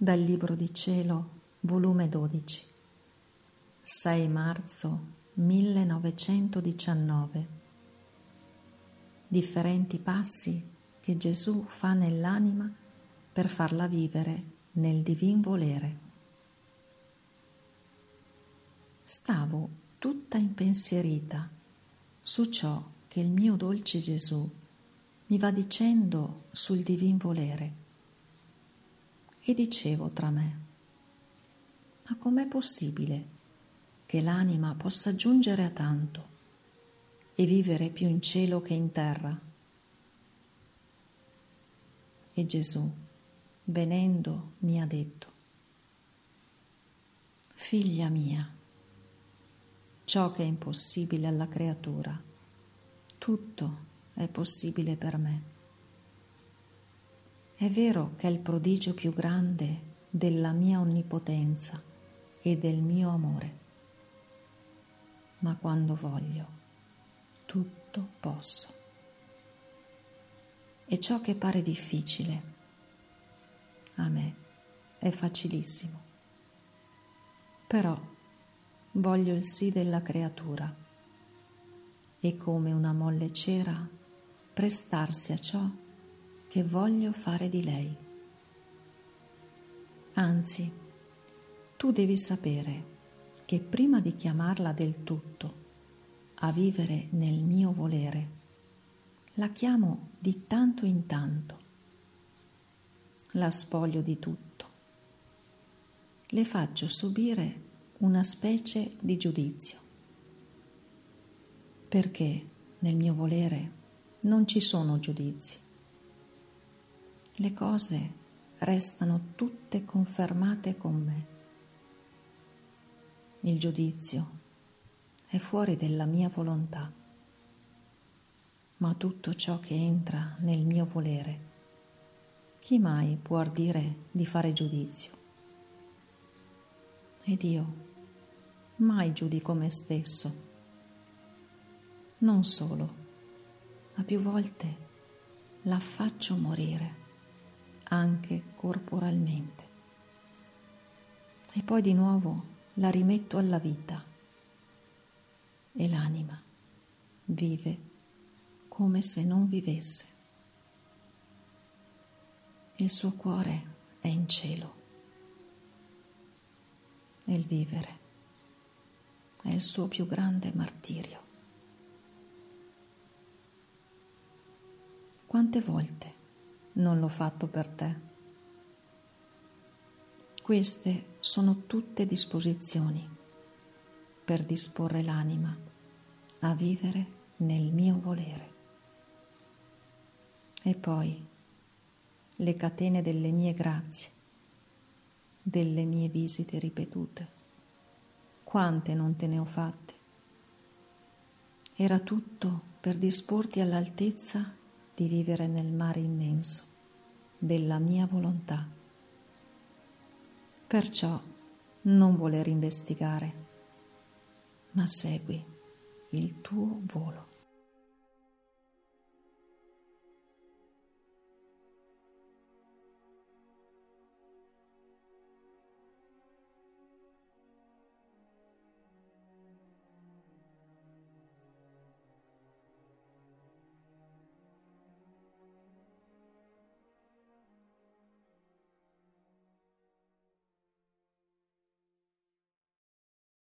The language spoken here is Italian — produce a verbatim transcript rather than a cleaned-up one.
Dal Libro di Cielo, volume dodici, sei marzo millenovecentodiciannove. Differenti passi che Gesù fa nell'anima per farla vivere nel divin volere. Stavo tutta impensierita su ciò che il mio dolce Gesù mi va dicendo sul divin volere. E dicevo tra me: ma com'è possibile che l'anima possa giungere a tanto e vivere più in cielo che in terra? E Gesù, venendo, mi ha detto: figlia mia, ciò che è impossibile alla creatura, tutto è possibile per me. È vero che è il prodigio più grande della mia onnipotenza e del mio amore, ma quando voglio, tutto posso. E ciò che pare difficile, a me è facilissimo. Però voglio il sì della creatura e come una molle cera prestarsi a ciò che voglio fare di lei. Anzi, tu devi sapere che prima di chiamarla del tutto a vivere nel mio volere, la chiamo di tanto in tanto, la spoglio di tutto, le faccio subire una specie di giudizio, perché nel mio volere non ci sono giudizi. Le cose restano tutte confermate con me. Il giudizio è fuori della mia volontà, ma tutto ciò che entra nel mio volere, chi mai può ardire di fare giudizio? Ed io mai giudico me stesso. Non solo, ma più volte la faccio morire, anche corporalmente. E poi di nuovo la rimetto alla vita e l'anima vive come se non vivesse. Il suo cuore è in cielo e il vivere è il suo più grande martirio. Quante volte non l'ho fatto per te? Queste sono tutte disposizioni per disporre l'anima a vivere nel mio volere. E poi le catene delle mie grazie, delle mie visite ripetute, quante non te ne ho fatte? Era tutto per disporti all'altezza di vivere nel mare immenso della mia volontà. Perciò non voler investigare, ma segui il tuo volo.